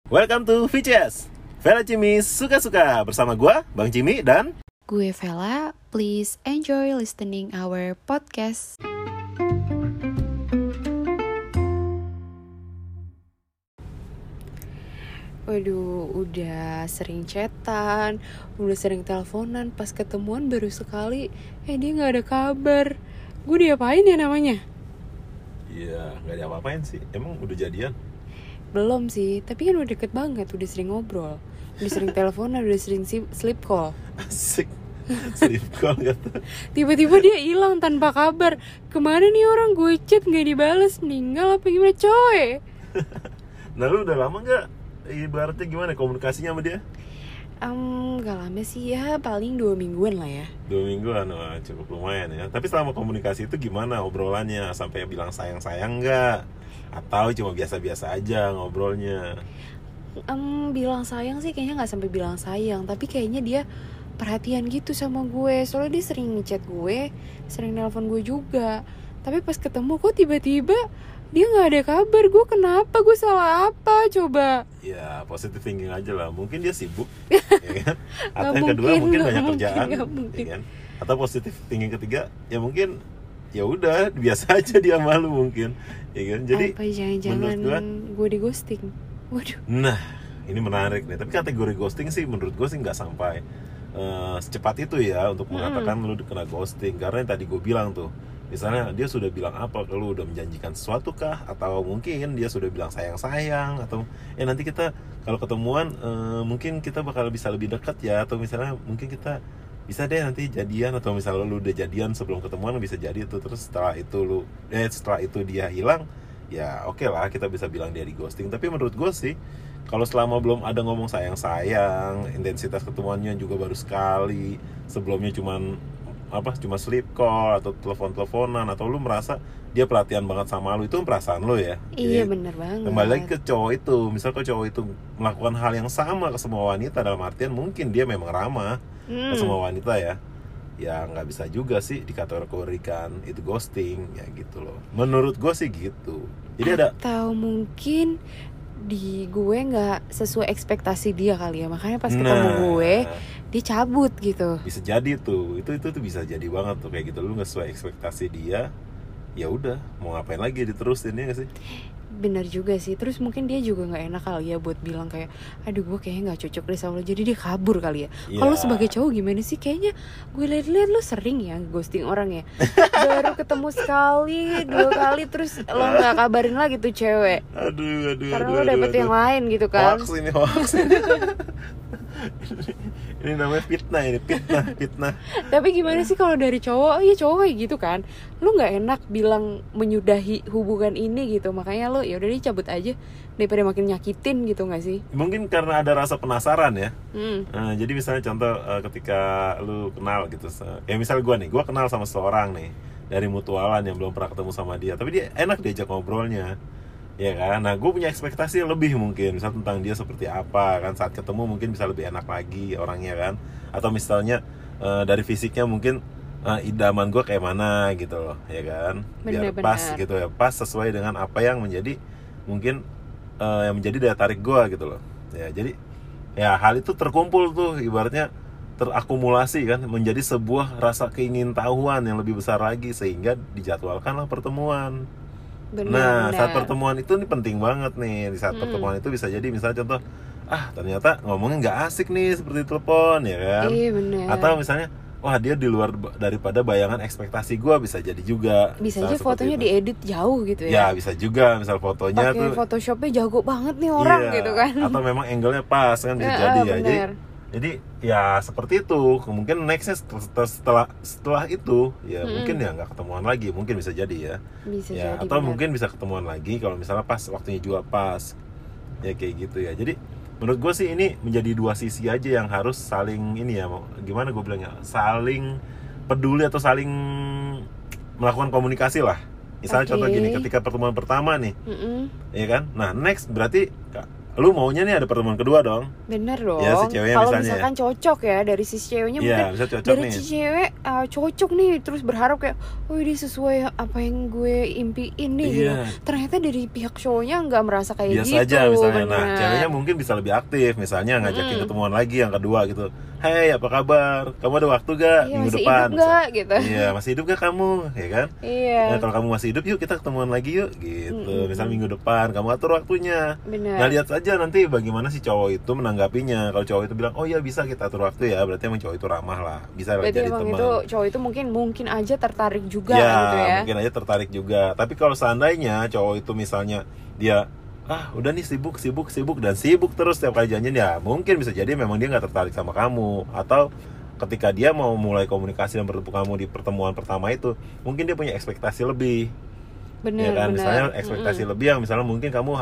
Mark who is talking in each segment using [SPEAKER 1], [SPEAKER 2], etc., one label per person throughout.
[SPEAKER 1] Welcome to VCS Vela Cimi Suka-Suka. Bersama gue, Bang Cimi dan
[SPEAKER 2] gue Vela. Please enjoy listening our podcast. Waduh, udah sering chatan, udah sering teleponan, pas ketemuan baru sekali, dia gak ada kabar. Gue diapain ya namanya?
[SPEAKER 1] Iya, gak diapa-apain sih. Emang udah jadian?
[SPEAKER 2] Belum sih, tapi kan udah deket banget, udah sering ngobrol, udah sering teleponan, udah sering sleep call.
[SPEAKER 1] Asik, sleep call kata.
[SPEAKER 2] Tiba-tiba dia hilang tanpa kabar. Kemarin nih orang gue chat gak dibales, meninggal apa gimana coy?
[SPEAKER 1] Nah lu udah lama gak? Ibaratnya gimana komunikasinya sama dia?
[SPEAKER 2] Gak lama sih ya, paling 2 mingguan lah ya.
[SPEAKER 1] 2 mingguan, wah, cukup lumayan ya. Tapi selama komunikasi itu gimana obrolannya? Sampai bilang sayang-sayang gak? Atau cuma biasa-biasa aja ngobrolnya?
[SPEAKER 2] Bilang sayang sih kayaknya gak sampai bilang sayang, tapi kayaknya dia perhatian gitu sama gue. Soalnya dia sering ngechat gue, sering nelpon gue juga. Tapi pas ketemu kok tiba-tiba dia gak ada kabar. Gue kenapa? Gue salah apa? Coba.
[SPEAKER 1] Ya positive thinking aja lah. Mungkin dia sibuk ya kan? Atau yang kedua mungkin banyak kerjaan ya kan? Atau positive thinking ketiga ya mungkin ya udah biasa aja dia malu mungkin ya kan. Jadi
[SPEAKER 2] apa jangan-jangan gue di ghosting? Waduh.
[SPEAKER 1] Nah ini menarik nih. Tapi kategori ghosting sih menurut gue sih nggak sampai secepat itu ya untuk mengatakan lu kena ghosting. Karena yang tadi gue bilang tuh, misalnya dia sudah bilang apa ke lu, udah menjanjikan sesuatu kah, atau mungkin dia sudah bilang sayang-sayang, atau nanti kita kalau ketemuan mungkin kita bakal bisa lebih dekat ya, atau misalnya mungkin kita bisa deh nanti jadian, atau misalnya lu udah jadian sebelum ketemuan bisa jadi tuh, terus setelah itu dia hilang, ya oke lah kita bisa bilang dia di ghosting. Tapi menurut gue sih kalau selama belum ada ngomong sayang-sayang, intensitas ketemuannya juga baru sekali, sebelumnya cuma sleep call atau telepon-teleponan, atau lu merasa dia perhatian banget sama lu, itu perasaan lu ya.
[SPEAKER 2] Iya benar banget.
[SPEAKER 1] Kembali lagi ke cowok itu, misal kalau cowok itu melakukan hal yang sama ke semua wanita, dalam artian mungkin dia memang ramah ke semua wanita ya nggak bisa juga sih dikategorikan itu ghosting ya gitu loh. Menurut gue sih gitu. Jadi
[SPEAKER 2] atau mungkin di gue nggak sesuai ekspektasi dia kali ya, makanya pas ketemu gue dia cabut gitu.
[SPEAKER 1] Bisa jadi tuh, itu bisa jadi banget tuh kayak gitu, lu nggak sesuai ekspektasi dia, ya udah mau ngapain lagi diterusin ya nggak sih?
[SPEAKER 2] Bener juga sih. Terus mungkin dia juga nggak enak kali ya buat bilang kayak aduh gue kayaknya nggak cocok deh sama lo, jadi dia kabur kali ya. Kalau sebagai cowok gimana sih? Kayaknya gue liat-liat lo sering ya ghosting orang ya. Baru ketemu sekali 2 kali terus lo nggak kabarin lagi tuh cewek.
[SPEAKER 1] Aduh
[SPEAKER 2] karena lo dapet yang lain gitu kan.
[SPEAKER 1] Hoax ini namanya fitnah.
[SPEAKER 2] Tapi gimana sih kalau dari cowok? Iya cowok kayak gitu kan, lu nggak enak bilang menyudahi hubungan ini gitu, makanya lu ya udah dicabut aja daripada makin nyakitin gitu nggak sih?
[SPEAKER 1] Mungkin karena ada rasa penasaran ya. Jadi misalnya contoh ketika lu kenal gitu, misal gue kenal sama seseorang nih dari mutualan yang belum pernah ketemu sama dia, tapi dia enak diajak ngobrolnya. Ya kan, nah gue punya ekspektasi lebih mungkin, misal tentang dia seperti apa kan, saat ketemu mungkin bisa lebih enak lagi orangnya kan, atau misalnya dari fisiknya mungkin idaman gue kayak mana gitu loh, ya kan, biar pas gitu ya, pas sesuai dengan apa yang menjadi mungkin yang menjadi daya tarik gue gitu loh, ya jadi ya hal itu terkumpul tuh, ibaratnya terakumulasi kan, menjadi sebuah rasa keingintahuan yang lebih besar lagi, sehingga dijadwalkanlah pertemuan. Benar. Saat pertemuan itu nih penting banget nih. Di saat pertemuan itu bisa jadi misalnya contoh, ternyata ngomongnya nggak asik nih seperti telepon ya kan.
[SPEAKER 2] Iya benar.
[SPEAKER 1] Atau misalnya, wah dia di luar daripada bayangan ekspektasi gue, bisa jadi juga.
[SPEAKER 2] Bisa aja fotonya diedit jauh gitu ya.
[SPEAKER 1] Ya bisa juga, misal fotonya
[SPEAKER 2] pakai Photoshopnya jago banget nih orang gitu kan.
[SPEAKER 1] Atau memang angle-nya pas kan, bisa jadi ya. Jadi ya seperti itu. Mungkin nextnya setelah itu ya mungkin ya nggak ketemuan lagi, mungkin bisa jadi ya.
[SPEAKER 2] Bisa
[SPEAKER 1] ya
[SPEAKER 2] jadi,
[SPEAKER 1] atau
[SPEAKER 2] benar.
[SPEAKER 1] mungkin bisa ketemuan lagi kalau misalnya pas waktunya juga pas. Ya kayak gitu ya. Jadi menurut gue sih ini menjadi 2 sisi aja yang harus saling ini ya, gimana gue bilangnya, saling peduli atau saling melakukan komunikasi lah. Misalnya contoh gini, ketika pertemuan pertama nih, ya kan, nah next berarti lu maunya nih ada pertemuan kedua dong.
[SPEAKER 2] Bener dong.
[SPEAKER 1] Ya, si ceweknya
[SPEAKER 2] kalau
[SPEAKER 1] misalnya
[SPEAKER 2] misalkan cocok ya dari si ceweknya,
[SPEAKER 1] Iya,
[SPEAKER 2] mungkin
[SPEAKER 1] bisa cocok
[SPEAKER 2] dari
[SPEAKER 1] nih.
[SPEAKER 2] si cewek cocok nih, terus berharap kayak, oh ini sesuai apa yang gue impiin nih gitu.
[SPEAKER 1] Iya.
[SPEAKER 2] Ternyata dari pihak cowoknya nggak merasa kayak
[SPEAKER 1] Biasa
[SPEAKER 2] gitu.
[SPEAKER 1] aja misalnya. Nah,
[SPEAKER 2] bener.
[SPEAKER 1] ceweknya mungkin bisa lebih aktif, misalnya ngajakin ketemuan lagi yang kedua gitu. Hey, apa kabar? Kamu ada waktu gak
[SPEAKER 2] Iya,
[SPEAKER 1] minggu
[SPEAKER 2] masih
[SPEAKER 1] depan?
[SPEAKER 2] hidup nggak gitu.
[SPEAKER 1] Iya, masih hidup gak kamu? Ya kan?
[SPEAKER 2] Iya.
[SPEAKER 1] Nah, kalau kamu masih hidup, yuk kita ketemuan lagi yuk gitu. Misal minggu depan, kamu atur waktunya.
[SPEAKER 2] Bener.
[SPEAKER 1] Nah, lihat saja nanti bagaimana si cowok itu menanggapinya. Kalau cowok itu bilang, oh iya bisa kita atur waktu ya, berarti emang cowok itu ramah lah, bisa lah
[SPEAKER 2] Berarti
[SPEAKER 1] jadi
[SPEAKER 2] emang
[SPEAKER 1] teman.
[SPEAKER 2] itu cowok itu mungkin aja tertarik juga
[SPEAKER 1] Ya,
[SPEAKER 2] gitu ya.
[SPEAKER 1] mungkin aja tertarik juga. Tapi kalau seandainya cowok itu misalnya dia udah nih sibuk dan sibuk terus setiap kali janjian, ya mungkin bisa jadi memang dia nggak tertarik sama kamu. Atau ketika dia mau mulai komunikasi dan bertemu kamu di pertemuan pertama itu, mungkin dia punya ekspektasi lebih.
[SPEAKER 2] Bener,
[SPEAKER 1] Ya kan,
[SPEAKER 2] bener.
[SPEAKER 1] misalnya ekspektasi lebih yang misalnya mungkin kamu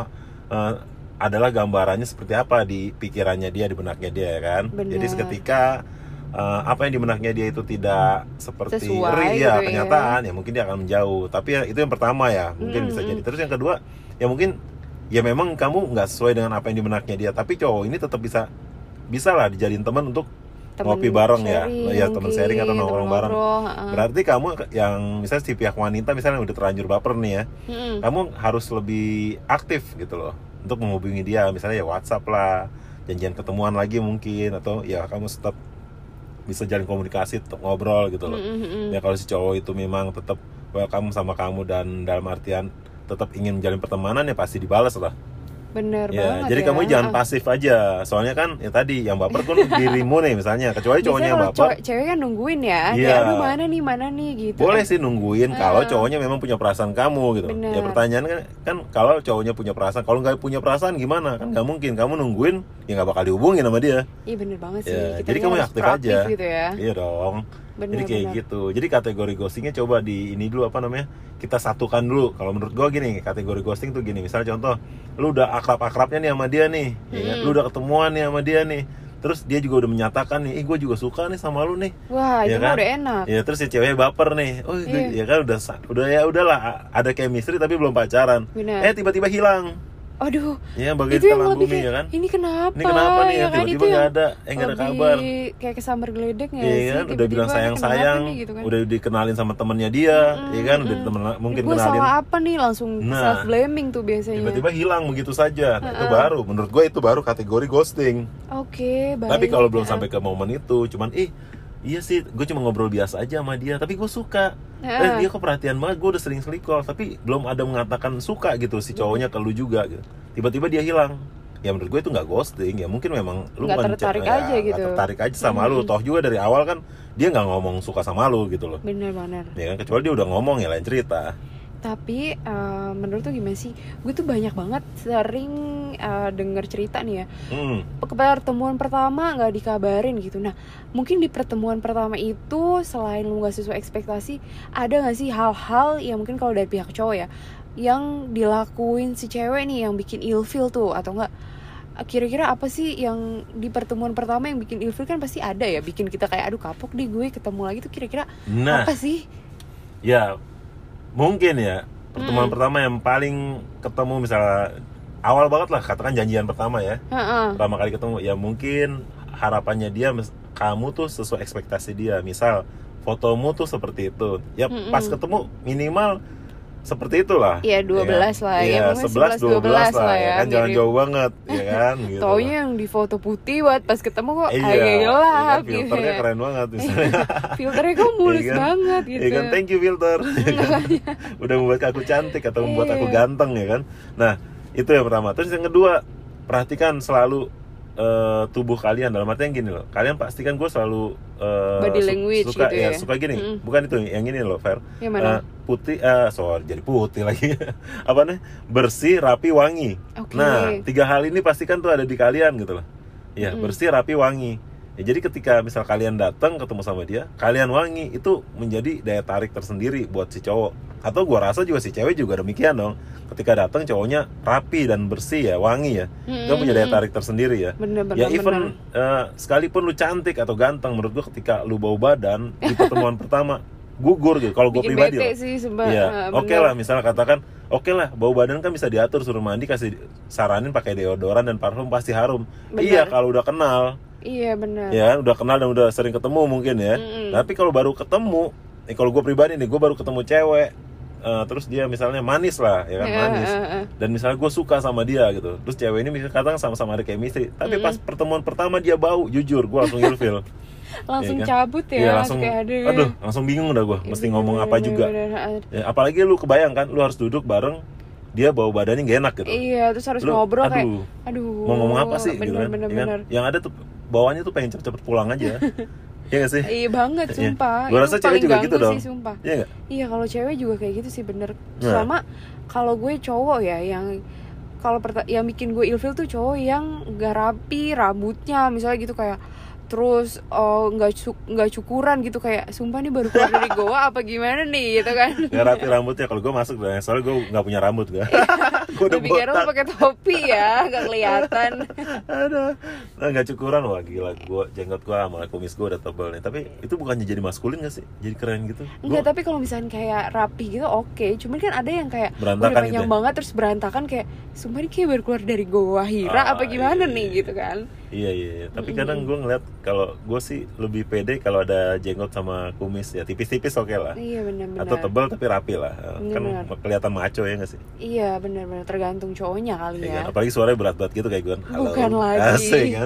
[SPEAKER 1] adalah gambarannya seperti apa di pikirannya dia, di benaknya dia, ya kan.
[SPEAKER 2] Bener.
[SPEAKER 1] Jadi seketika apa yang di benaknya dia itu tidak seperti
[SPEAKER 2] Sesuai
[SPEAKER 1] ya
[SPEAKER 2] gitu
[SPEAKER 1] kenyataan, ya mungkin dia akan menjauh. Tapi ya itu yang pertama ya, mungkin bisa jadi. Terus yang kedua, ya mungkin ya memang kamu nggak sesuai dengan apa yang di benaknya dia, tapi cowok ini tetap bisa lah dijadiin teman untuk
[SPEAKER 2] Temen
[SPEAKER 1] ngopi bareng
[SPEAKER 2] sharing
[SPEAKER 1] ya teman
[SPEAKER 2] mungkin,
[SPEAKER 1] sharing atau nongkrong bareng.
[SPEAKER 2] heeh.
[SPEAKER 1] Berarti kamu yang misalnya si pihak wanita misalnya udah terlanjur baper nih ya, kamu harus lebih aktif gitu loh untuk menghubungi dia, misalnya ya WhatsApp lah, janjian ketemuan lagi mungkin, atau ya kamu tetap bisa jalin komunikasi, tetap ngobrol gitu loh. Ya kalau si cowok itu memang tetap welcome sama kamu dan dalam artian tetap ingin menjalin pertemanan, ya pasti dibalas lah.
[SPEAKER 2] Bener
[SPEAKER 1] Ya,
[SPEAKER 2] banget
[SPEAKER 1] jadi
[SPEAKER 2] ya.
[SPEAKER 1] kamu jangan pasif aja. Soalnya kan ya tadi yang baper kan dirimu nih misalnya, kecuali cowoknya yang
[SPEAKER 2] Biasanya kalau
[SPEAKER 1] baper.
[SPEAKER 2] cewek kan nungguin ya.
[SPEAKER 1] Iya.
[SPEAKER 2] Kayak aduh mana nih gitu.
[SPEAKER 1] Boleh sih nungguin kalau cowoknya memang punya perasaan kamu gitu.
[SPEAKER 2] Bener.
[SPEAKER 1] Ya pertanyaan kan kalau cowoknya punya perasaan, kalau nggak punya perasaan gimana? Kan nggak mungkin kamu nungguin, ya nggak bakal dihubungin sama dia.
[SPEAKER 2] Iya bener banget sih.
[SPEAKER 1] Ya,
[SPEAKER 2] Kita
[SPEAKER 1] jadi kamu
[SPEAKER 2] harus
[SPEAKER 1] aktif
[SPEAKER 2] proaktif
[SPEAKER 1] aja.
[SPEAKER 2] gitu ya.
[SPEAKER 1] Iya dong.
[SPEAKER 2] Bener,
[SPEAKER 1] Jadi kayak
[SPEAKER 2] bener.
[SPEAKER 1] gitu. Jadi kategori ghostingnya coba di ini dulu, apa namanya? Kita satukan dulu. Kalau menurut gua gini, kategori ghosting tuh gini. Misalnya contoh, lu udah akrab-akrabnya nih sama dia nih, ya kan? Lu udah ketemuan nih sama dia nih. Terus dia juga udah menyatakan nih, gue juga suka nih sama lu nih.
[SPEAKER 2] Wah,
[SPEAKER 1] Ya
[SPEAKER 2] itu mah
[SPEAKER 1] kan?
[SPEAKER 2] udah enak.
[SPEAKER 1] Ya terus si cewek baper nih. Oh, ya kan udah ya udahlah, ada chemistry tapi belum pacaran.
[SPEAKER 2] Bener.
[SPEAKER 1] Tiba-tiba hilang.
[SPEAKER 2] Aduh,
[SPEAKER 1] Ya bagai
[SPEAKER 2] itu yang
[SPEAKER 1] ditelan
[SPEAKER 2] lebih
[SPEAKER 1] bumi
[SPEAKER 2] kayak,
[SPEAKER 1] ya kan.
[SPEAKER 2] ini kenapa?
[SPEAKER 1] Ini kenapa nih ya,
[SPEAKER 2] Ya kan,
[SPEAKER 1] tiba-tiba
[SPEAKER 2] itu yang
[SPEAKER 1] nggak ada, nggak ada
[SPEAKER 2] lebih
[SPEAKER 1] kabar.
[SPEAKER 2] kayak kesambar geledek nggak
[SPEAKER 1] Iya
[SPEAKER 2] sih?
[SPEAKER 1] kan, udah
[SPEAKER 2] Tiba-tiba
[SPEAKER 1] bilang
[SPEAKER 2] ini
[SPEAKER 1] sayang-sayang,
[SPEAKER 2] kenapa nih, gitu kan.
[SPEAKER 1] udah dikenalin sama temennya dia, ya kan, udah mungkin
[SPEAKER 2] Gue
[SPEAKER 1] kenalin.
[SPEAKER 2] salah apa nih, langsung
[SPEAKER 1] Nah,
[SPEAKER 2] self blaming tuh biasanya.
[SPEAKER 1] Tiba-tiba hilang begitu saja. Nah, itu baru, menurut gue itu baru kategori ghosting.
[SPEAKER 2] Oke, baik.
[SPEAKER 1] Tapi kalau belum sampai ke momen itu, cuman iya sih, gue cuma ngobrol biasa aja sama dia, tapi gue suka. Dia kok perhatian banget, gue udah sering call, tapi belum ada mengatakan suka gitu si cowoknya ke lu juga gitu. Tiba-tiba dia hilang. Ya menurut gue itu nggak ghosting, ya mungkin memang lu
[SPEAKER 2] Nggak tertarik aja gitu.
[SPEAKER 1] nggak tertarik aja sama lu. Toh juga dari awal kan dia nggak ngomong suka sama lu gitu loh.
[SPEAKER 2] Bener-bener.
[SPEAKER 1] Ya kan, kecuali dia udah ngomong ya lain cerita.
[SPEAKER 2] Tapi menurut tuh gimana sih? Gue tuh banyak banget sering denger cerita nih ya. Pertemuan pertama nggak dikabarin gitu. Nah, mungkin di pertemuan pertama itu selain lu nggak sesuai ekspektasi, ada nggak sih hal-hal yang mungkin kalau dari pihak cowok ya, yang dilakuin si cewek nih yang bikin ilfeel tuh, atau enggak? Kira-kira apa sih yang di pertemuan pertama yang bikin ilfeel? Kan pasti ada ya, bikin kita kayak aduh kapok deh gue ketemu lagi tuh, kira-kira apa sih?
[SPEAKER 1] Ya mungkin ya pertemuan pertama yang paling ketemu, misalnya awal banget lah, katakan janjian pertama ya, pertama kali ketemu, ya mungkin harapannya dia kamu tuh sesuai ekspektasi dia. Misal fotomu tuh seperti itu, ya pas ketemu minimal seperti itulah.
[SPEAKER 2] Iya 12 lah ya,
[SPEAKER 1] 11 12 lah ya kan, jangan
[SPEAKER 2] mirip.
[SPEAKER 1] jauh banget ya kan gitu.
[SPEAKER 2] Taunya yang di foto putih buat pas ketemu kok agak
[SPEAKER 1] Iya
[SPEAKER 2] gelap
[SPEAKER 1] kan,
[SPEAKER 2] gitu
[SPEAKER 1] filternya
[SPEAKER 2] ya.
[SPEAKER 1] keren banget misalnya.
[SPEAKER 2] Filternya kok mulus
[SPEAKER 1] Iya kan?
[SPEAKER 2] banget gitu.
[SPEAKER 1] Iya kan, thank you filter. Ya kan? Udah membuat aku cantik atau membuat aku ganteng ya kan. Nah, itu yang pertama. Terus yang kedua, perhatikan selalu tubuh kalian, dalam artian gini loh, kalian pastikan gue selalu
[SPEAKER 2] Body language
[SPEAKER 1] suka
[SPEAKER 2] gitu ya.
[SPEAKER 1] suka gini, bukan itu yang ini loh, Fer.
[SPEAKER 2] Yang mana?
[SPEAKER 1] Putih, jadi putih lagi. Apa nih? Bersih, rapi, wangi.
[SPEAKER 2] Oke.
[SPEAKER 1] Nah, 3 hal ini pastikan tuh ada di kalian gitu loh. Ya, bersih, rapi, wangi. Ya, jadi ketika misal kalian datang ketemu sama dia, kalian wangi, itu menjadi daya tarik tersendiri buat si cowok. Atau gua rasa juga si cewek juga demikian dong. Ketika datang cowoknya rapi dan bersih ya, wangi ya, itu punya daya tarik tersendiri ya.
[SPEAKER 2] Bener,
[SPEAKER 1] Ya even sekalipun lu cantik atau ganteng, menurut gua ketika lu bau badan di pertemuan pertama, gugur gitu. Kalau gue
[SPEAKER 2] Bikin
[SPEAKER 1] pribadi
[SPEAKER 2] bete
[SPEAKER 1] loh.
[SPEAKER 2] sih, sumpah.
[SPEAKER 1] Iya.
[SPEAKER 2] Bener.
[SPEAKER 1] Oke lah, misalnya katakan, oke lah, bau badan kan bisa diatur, suruh mandi, kasih saranin pakai deodoran dan parfum pasti harum.
[SPEAKER 2] Bener.
[SPEAKER 1] Iya, kalau udah kenal.
[SPEAKER 2] Iya benar.
[SPEAKER 1] Ya, udah kenal dan udah sering ketemu mungkin ya. Tapi kalau baru ketemu, kalau gue pribadi nih, gue baru ketemu cewek, terus dia misalnya manis lah, ya kan, manis. Dan misalnya gue suka sama dia gitu. Terus cewek ini misalnya katakan sama-sama ada chemistry, tapi pas pertemuan pertama dia bau, jujur gue langsung ilfil.
[SPEAKER 2] Langsung
[SPEAKER 1] Ya kan?
[SPEAKER 2] cabut ya,
[SPEAKER 1] Iya, langsung,
[SPEAKER 2] kayak
[SPEAKER 1] aduh, langsung bingung dah gue, mesti ngomong apa juga. Ya, apalagi lu kebayang kan, lu harus duduk bareng, dia bau badannya gak enak gitu.
[SPEAKER 2] Iya, terus harus
[SPEAKER 1] Lu,
[SPEAKER 2] ngobrol kayak,
[SPEAKER 1] aduh, mau ngomong apa sih gitu kan?
[SPEAKER 2] Bener,
[SPEAKER 1] Ya kan? Yang ada tuh bawaannya tuh pengen cepet-cepet pulang aja. Iya gak sih?
[SPEAKER 2] Iya banget, sumpah.
[SPEAKER 1] Gue rasa cewek juga gitu dong.
[SPEAKER 2] Sih, sumpah.
[SPEAKER 1] Iya gak?
[SPEAKER 2] Iya, kalau cewek juga kayak gitu sih, bener. Sama kalau gue cowok ya, yang kalau yang bikin gue ilfil tuh cowok yang gak rapi rambutnya, misalnya gitu kayak, terus nggak cukuran gitu, kayak sumpah nih baru keluar dari goa apa gimana nih gitu kan.
[SPEAKER 1] Gak rapi rambutnya, kalau gue masuk deh, soalnya gue nggak punya rambut gue. Gue udah
[SPEAKER 2] Lebih kira
[SPEAKER 1] botak.
[SPEAKER 2] pakai topi ya, nggak kelihatan.
[SPEAKER 1] Aduh, nggak cukuran, wah gila, gue jenggot gue sama kumis gue udah tebal nih. Tapi itu bukannya jadi maskulin gak sih? Jadi keren gitu?
[SPEAKER 2] Enggak, tapi kalau misalnya kayak rapi gitu oke. Cuman kan ada yang kayak
[SPEAKER 1] Berantakan
[SPEAKER 2] udah panjang
[SPEAKER 1] gitu ya?
[SPEAKER 2] banget terus berantakan, kayak sumpah nih kayak baru keluar dari goa Hira apa gimana nih gitu kan.
[SPEAKER 1] Iya. Tapi kadang gue ngeliat, kalau gue sih lebih pede kalau ada jenggot sama kumis ya, tipis-tipis oke lah.
[SPEAKER 2] Iya benar-benar.
[SPEAKER 1] Atau tebal tapi rapi lah.
[SPEAKER 2] Bener.
[SPEAKER 1] Kan kelihatan maco ya nggak sih?
[SPEAKER 2] Iya benar-benar tergantung cowoknya kali
[SPEAKER 1] Ya
[SPEAKER 2] ya.
[SPEAKER 1] kan? Apalagi suaranya berat-berat gitu kayak gue.
[SPEAKER 2] Bukan lagi.
[SPEAKER 1] Asik kan?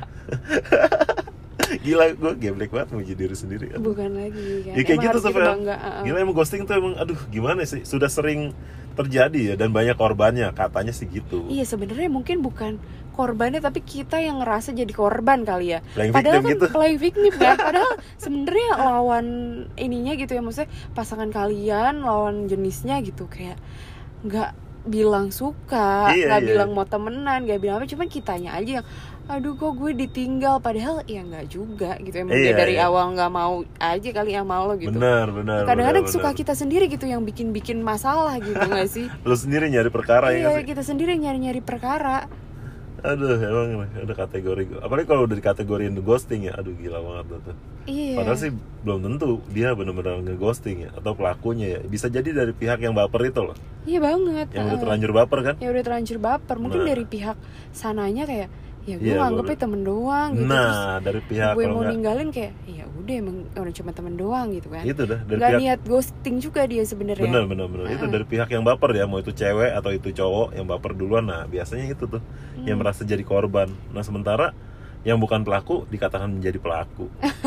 [SPEAKER 1] Gila, gue geblek banget muji diri sendiri kan?
[SPEAKER 2] Bukan lagi kan.
[SPEAKER 1] Ya kayak
[SPEAKER 2] Emang
[SPEAKER 1] gitu
[SPEAKER 2] harus
[SPEAKER 1] tuh,
[SPEAKER 2] kita
[SPEAKER 1] Fel.
[SPEAKER 2] bangga.
[SPEAKER 1] Gila, emang ghosting tuh emang, aduh gimana sih, sudah sering terjadi ya, dan banyak korbannya, katanya sih gitu.
[SPEAKER 2] Iya, sebenarnya mungkin bukan korbannya, tapi kita yang ngerasa jadi korban kali ya.
[SPEAKER 1] Playing
[SPEAKER 2] Padahal
[SPEAKER 1] victim
[SPEAKER 2] kan
[SPEAKER 1] gitu.
[SPEAKER 2] playing victim kan. Padahal sebenarnya lawan ininya gitu ya, maksudnya pasangan kalian, lawan jenisnya gitu, kayak nggak bilang suka,
[SPEAKER 1] Iya.
[SPEAKER 2] bilang mau temenan, nggak bilang apa, cuman kitanya aja yang aduh kok gue ditinggal, padahal ya nggak juga gitu, emang dia dari awal nggak mau aja kali yang mau lo gitu.
[SPEAKER 1] Benar.
[SPEAKER 2] Kadang-kadang suka kita sendiri gitu yang bikin masalah gitu nggak sih?
[SPEAKER 1] Lu sendiri nyari perkara ya
[SPEAKER 2] Iya,
[SPEAKER 1] nggak sih?
[SPEAKER 2] kita sendiri nyari perkara.
[SPEAKER 1] Aduh, emang ada kategori, apalagi kalau udah dikategoriin ghosting ya, aduh gila banget tuh.
[SPEAKER 2] Iya.
[SPEAKER 1] Padahal sih belum tentu dia benar-benar nge-ghosting ya, atau pelakunya ya. Bisa jadi dari pihak yang baper itu loh.
[SPEAKER 2] Iya banget.
[SPEAKER 1] Yang udah terlanjur baper kan?
[SPEAKER 2] Ya udah terlanjur baper. Mungkin
[SPEAKER 1] Nah.
[SPEAKER 2] dari pihak sananya kayak ya gue
[SPEAKER 1] Iya,
[SPEAKER 2] nganggepnya temen doang gitu.
[SPEAKER 1] Nah, dari pihak
[SPEAKER 2] gue
[SPEAKER 1] kalau
[SPEAKER 2] mau
[SPEAKER 1] nggak-
[SPEAKER 2] ninggalin kayak ya udah emang udah cuma temen doang gitu kan.
[SPEAKER 1] Itu dah dari
[SPEAKER 2] Nggak
[SPEAKER 1] pihak.
[SPEAKER 2] niat ghosting juga dia sebenarnya.
[SPEAKER 1] Bener. Itu dari pihak yang baper ya, mau itu cewek atau itu cowok yang baper duluan. Nah biasanya itu tuh yang merasa jadi korban. Nah sementara yang bukan pelaku dikatakan menjadi pelaku.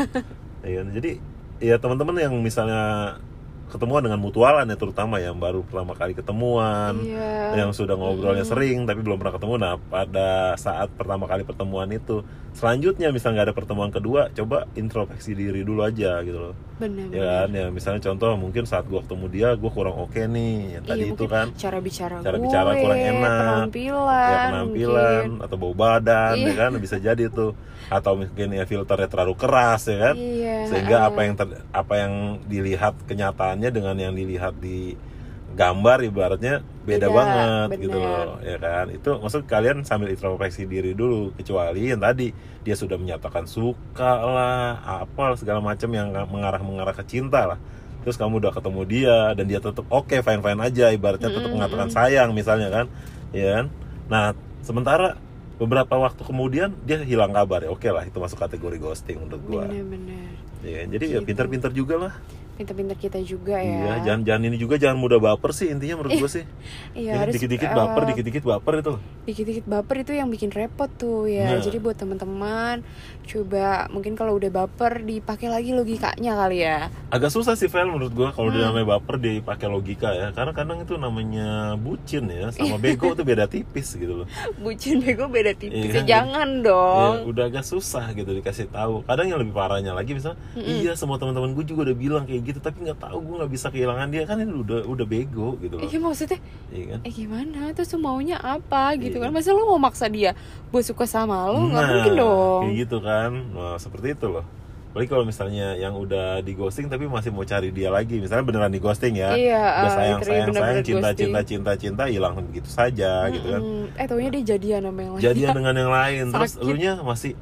[SPEAKER 1] Ya kan? Jadi ya teman-teman yang misalnya ketemuan dengan mutualan ya, terutama yang baru pertama kali ketemuan,
[SPEAKER 2] Iya.
[SPEAKER 1] yang sudah ngobrolnya sering tapi belum pernah ketemu. Nah pada saat pertama kali pertemuan itu, selanjutnya misalnya nggak ada pertemuan kedua, coba introspeksi diri dulu aja gitu loh.
[SPEAKER 2] Bener.
[SPEAKER 1] Ya kan, ya misalnya contoh mungkin saat gua ketemu dia gua kurang oke nih, yang tadi
[SPEAKER 2] Iya,
[SPEAKER 1] itu
[SPEAKER 2] mungkin
[SPEAKER 1] kan
[SPEAKER 2] cara bicara
[SPEAKER 1] kurang enak,
[SPEAKER 2] penampilan,
[SPEAKER 1] penampilan
[SPEAKER 2] mungkin.
[SPEAKER 1] atau bau badan,
[SPEAKER 2] Iya.
[SPEAKER 1] ya kan bisa jadi tuh, atau mungkin ya filternya terlalu keras ya kan,
[SPEAKER 2] Iya.
[SPEAKER 1] sehingga apa yang dilihat kenyataannya dengan yang dilihat di gambar ibaratnya beda
[SPEAKER 2] Beda,
[SPEAKER 1] banget
[SPEAKER 2] bener.
[SPEAKER 1] gitu loh, ya kan. Itu maksud kalian sambil introspeksi diri dulu, kecuali yang tadi dia sudah menyatakan suka lah, apa segala macam yang mengarah ke cinta lah. Terus kamu udah ketemu dia dan dia tetap oke, fine aja, ibaratnya tetap mengatakan sayang misalnya kan, ya kan. Nah sementara beberapa waktu kemudian dia hilang kabar, ya oke lah, itu masuk kategori ghosting menurut gua.
[SPEAKER 2] Bener.
[SPEAKER 1] Ya, jadi ya
[SPEAKER 2] Gitu.
[SPEAKER 1] pintar-pintar juga lah.
[SPEAKER 2] Pinter-pinter kita juga ya.
[SPEAKER 1] Iya, jangan ini juga, jangan mudah baper sih intinya menurut gua sih.
[SPEAKER 2] Iya,
[SPEAKER 1] Ya,
[SPEAKER 2] harus
[SPEAKER 1] dikit-dikit baper itu.
[SPEAKER 2] Dikit-dikit baper itu yang bikin repot tuh ya.
[SPEAKER 1] Nah.
[SPEAKER 2] Jadi buat teman-teman coba mungkin kalau udah baper dipakai lagi logikanya kali ya.
[SPEAKER 1] Agak susah sih Vel menurut gua kalau dia namanya baper dipakai logika ya. Karena kadang itu namanya bucin ya, sama bego tuh beda tipis gitu loh.
[SPEAKER 2] Bucin bego beda tipis.
[SPEAKER 1] Iya,
[SPEAKER 2] Ya, jangan dong.
[SPEAKER 1] Ya, udah agak susah gitu dikasih tahu. Kadang yang lebih parahnya lagi misalnya, iya semua teman-teman gue juga udah bilang kayak gitu, tapi nggak tahu, gue nggak bisa kehilangan dia, kan ini udah bego gitu loh.
[SPEAKER 2] Iya maksudnya
[SPEAKER 1] Iya kan?
[SPEAKER 2] gimana tuh maunya apa gitu
[SPEAKER 1] Iya.
[SPEAKER 2] kan. Masa lo mau maksa dia buat suka sama lo? Nggak
[SPEAKER 1] Nah,
[SPEAKER 2] mungkin dong.
[SPEAKER 1] kayak gitu kan. Nah, seperti itu loh. Apalagi kalau misalnya yang udah di ghosting tapi masih mau cari dia lagi, misalnya beneran di ghosting ya,
[SPEAKER 2] Iya,
[SPEAKER 1] udah sayang
[SPEAKER 2] literally bener-bener
[SPEAKER 1] cinta hilang begitu saja gitu kan.
[SPEAKER 2] Taunya dia jadian sama yang lain.
[SPEAKER 1] Jadian dengan yang lain, terus
[SPEAKER 2] Sakit.
[SPEAKER 1] elunya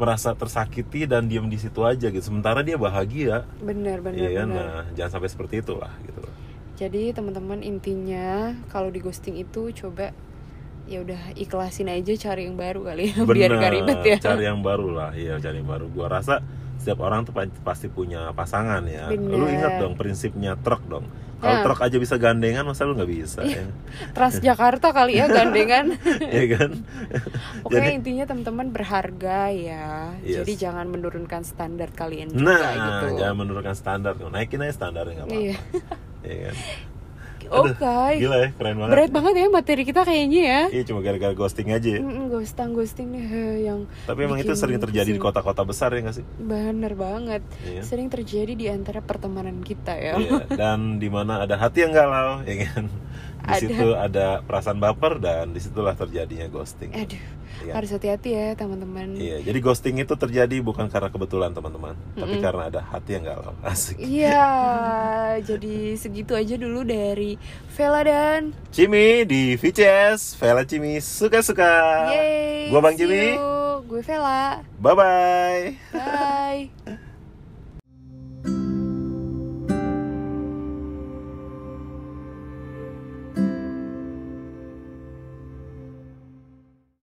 [SPEAKER 1] merasa tersakiti dan diam di situ aja gitu. Sementara dia bahagia.
[SPEAKER 2] Benar.
[SPEAKER 1] Iya kan? Nah, jangan sampai seperti itulah gitu.
[SPEAKER 2] Jadi teman-teman, intinya kalau di ghosting itu coba ya udah ikhlasin aja, cari yang baru kali ya. Biar gak ribet ya.
[SPEAKER 1] Cari yang baru lah. Iya, cari yang baru. Gua rasa setiap orang tuh pasti punya pasangan ya.
[SPEAKER 2] Bener.
[SPEAKER 1] Lu ingat dong prinsipnya truk dong. Kalau truk aja bisa gandengan, masa lu nggak bisa ya?
[SPEAKER 2] Transjakarta kali ya gandengan.
[SPEAKER 1] Iya kan?
[SPEAKER 2] Oke, intinya teman-teman berharga ya.
[SPEAKER 1] Yes.
[SPEAKER 2] Jadi jangan menurunkan standar kalian juga gitu.
[SPEAKER 1] Jangan menurunkan standar. Naikin aja standarnya nggak apa-apa. Iya kan?
[SPEAKER 2] Oke.
[SPEAKER 1] Gila ya, keren banget.
[SPEAKER 2] Berat banget ya materi kita kayaknya ya.
[SPEAKER 1] Iya, cuma gara-gara ghosting aja.
[SPEAKER 2] Ghosting nih yang.
[SPEAKER 1] Tapi emang itu sering terjadi di kota-kota besar ya nggak sih?
[SPEAKER 2] Bener banget.
[SPEAKER 1] Iya.
[SPEAKER 2] Sering terjadi di antara pertemanan kita ya.
[SPEAKER 1] Iya. Dan di mana ada hati yang galau, ya kan? Di situ ada perasaan baper dan disitulah terjadinya ghosting.
[SPEAKER 2] Aduh,
[SPEAKER 1] ya.
[SPEAKER 2] Harus hati-hati ya teman-teman.
[SPEAKER 1] Iya, jadi ghosting itu terjadi bukan karena kebetulan teman-teman, tapi karena ada hati yang galau. Asik.
[SPEAKER 2] Iya, jadi segitu aja dulu dari Vela dan
[SPEAKER 1] Cimi di VCS. Vela Cimi suka-suka.
[SPEAKER 2] Yeay,
[SPEAKER 1] Gua Bang Cimi.
[SPEAKER 2] gue Vela.
[SPEAKER 1] Bye-bye.
[SPEAKER 2] Bye.